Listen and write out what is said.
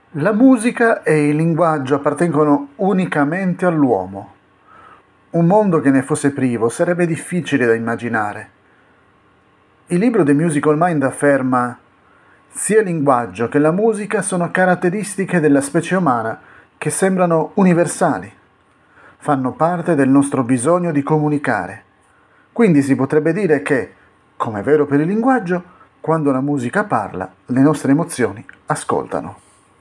La musica e il linguaggio appartengono unicamente all'uomo. Un mondo che ne fosse privo sarebbe difficile da immaginare. Il libro The Musical Mind afferma: sia il linguaggio che la musica sono caratteristiche della specie umana che sembrano universali. Fanno parte del nostro bisogno di comunicare. Quindi si potrebbe dire che, come è vero per il linguaggio, quando la musica parla, le nostre emozioni ascoltano.